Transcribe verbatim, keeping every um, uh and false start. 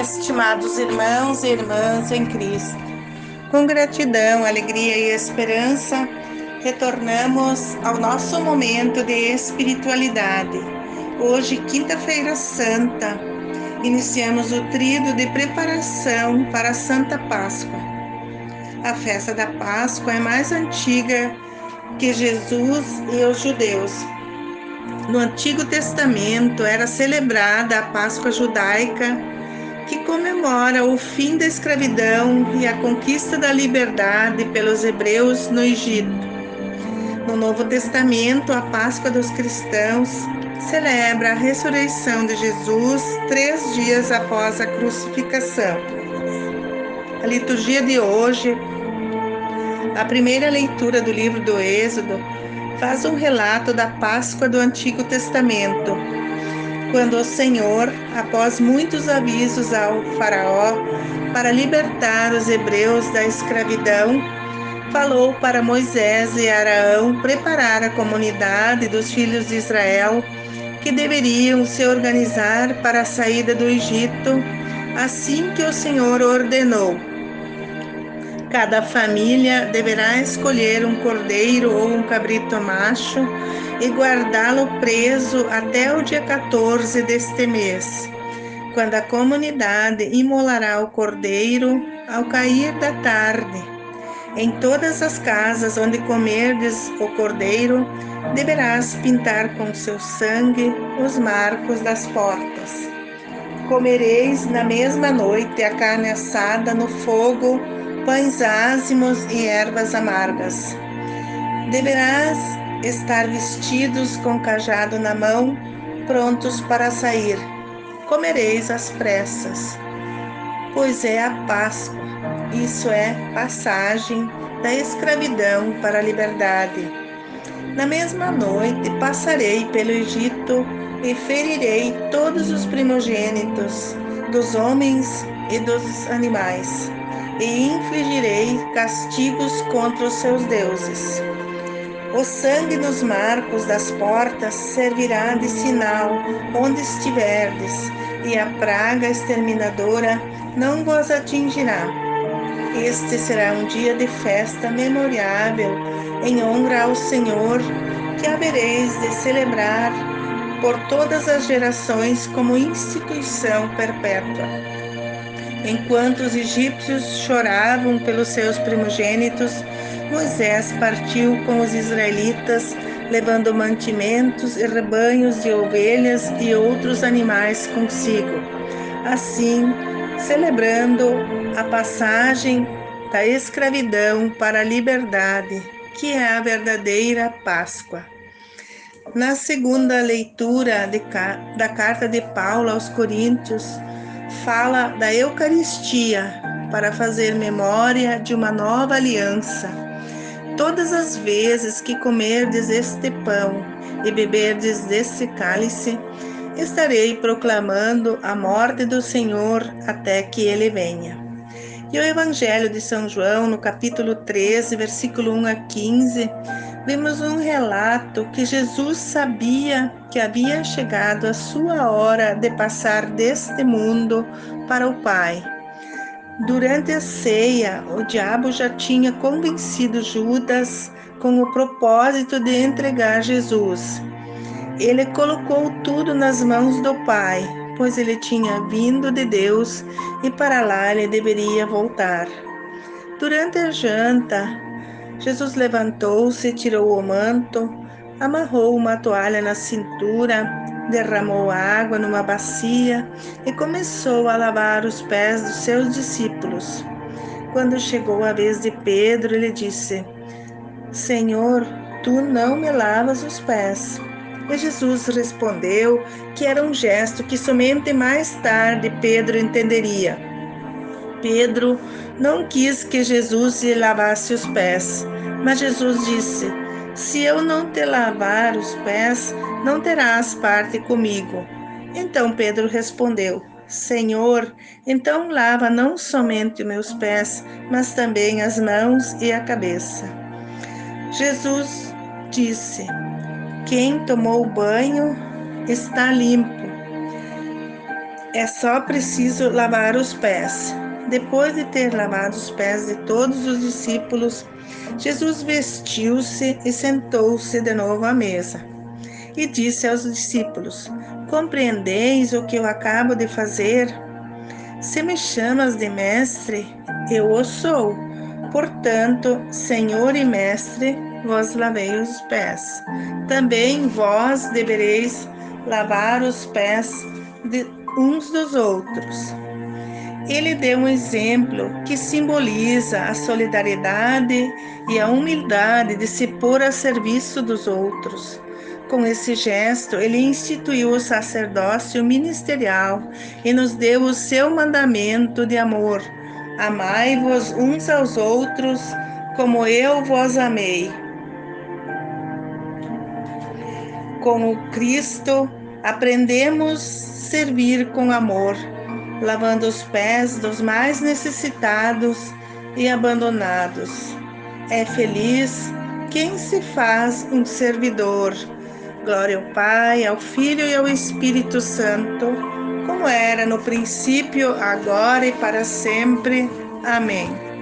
estimados irmãos e irmãs em Cristo. Com gratidão, alegria e esperança, retornamos ao nosso momento de espiritualidade. Hoje, quinta-feira santa, iniciamos o tríduo de preparação para a Santa Páscoa. A festa da Páscoa é mais antiga que Jesus e os judeus. No Antigo Testamento era celebrada a Páscoa judaica, que comemora o fim da escravidão e a conquista da liberdade pelos hebreus no Egito. No Novo Testamento, a Páscoa dos cristãos celebra a ressurreição de Jesus três dias após a crucificação. A liturgia de hoje, a primeira leitura do livro do Êxodo, faz um relato da Páscoa do Antigo Testamento, quando o Senhor, após muitos avisos ao faraó para libertar os hebreus da escravidão, falou para Moisés e Arão preparar a comunidade dos filhos de Israel, que deveriam se organizar para a saída do Egito, assim que o Senhor ordenou. Cada família deverá escolher um cordeiro ou um cabrito macho e guardá-lo preso até o dia quatorze deste mês, quando a comunidade imolará o cordeiro ao cair da tarde. Em todas as casas onde comerdes o cordeiro, deverás pintar com seu sangue os marcos das portas. Comereis na mesma noite a carne assada no fogo, pães ázimos e ervas amargas. Deverás estar vestidos com cajado na mão, prontos para sair. Comereis às pressas, pois é a Páscoa, isso é passagem da escravidão para a liberdade. Na mesma noite passarei pelo Egito e ferirei todos os primogênitos dos homens e dos animais, e infligirei castigos contra os seus deuses. O sangue nos marcos das portas servirá de sinal onde estiverdes, e a praga exterminadora não vos atingirá. Este será um dia de festa memorável em honra ao Senhor, que havereis de celebrar por todas as gerações como instituição perpétua. Enquanto os egípcios choravam pelos seus primogênitos, Moisés partiu com os israelitas, levando mantimentos e rebanhos de ovelhas e outros animais consigo. Assim, celebrando a passagem da escravidão para a liberdade, que é a verdadeira Páscoa. Na segunda leitura de, da carta de Paulo aos Coríntios, fala da Eucaristia para fazer memória de uma nova aliança. Todas as vezes que comerdes este pão e beberdes deste cálice, estarei proclamando a morte do Senhor até que ele venha. E o Evangelho de São João, no capítulo treze, versículo um a quinze, vemos um relato que Jesus sabia que havia chegado a sua hora de passar deste mundo para o Pai. Durante a ceia, o diabo já tinha convencido Judas com o propósito de entregar Jesus. Ele colocou tudo nas mãos do Pai, pois ele tinha vindo de Deus e para lá ele deveria voltar. Durante a janta, Jesus levantou-se, tirou o manto, amarrou uma toalha na cintura, derramou água numa bacia e começou a lavar os pés dos seus discípulos. Quando chegou a vez de Pedro, ele disse: Senhor, tu não me lavas os pés. E Jesus respondeu que era um gesto que somente mais tarde Pedro entenderia. Pedro não quis que Jesus lhe lavasse os pés, mas Jesus disse: se eu não te lavar os pés, não terás parte comigo. Então Pedro respondeu: Senhor, então lava não somente meus pés, mas também as mãos e a cabeça. Jesus disse: quem tomou banho está limpo, É só preciso lavar os pés. Depois de ter lavado os pés de todos os discípulos, Jesus vestiu-se e sentou-se de novo à mesa. E disse aos discípulos: Compreendeis o que eu acabo de fazer? Se me chamas de mestre, eu o sou. Portanto, Senhor e Mestre, vos lavei os pés. Também vós devereis lavar os pés de uns dos outros. Ele deu um exemplo que simboliza a solidariedade e a humildade de se pôr a serviço dos outros. Com esse gesto, ele instituiu o sacerdócio ministerial e nos deu o seu mandamento de amor. Amai-vos uns aos outros, como eu vos amei. Com o Cristo, aprendemos a servir com amor, lavando os pés dos mais necessitados e abandonados. É feliz quem se faz um servidor. Glória ao Pai, ao Filho e ao Espírito Santo, como era no princípio, agora e para sempre. Amém.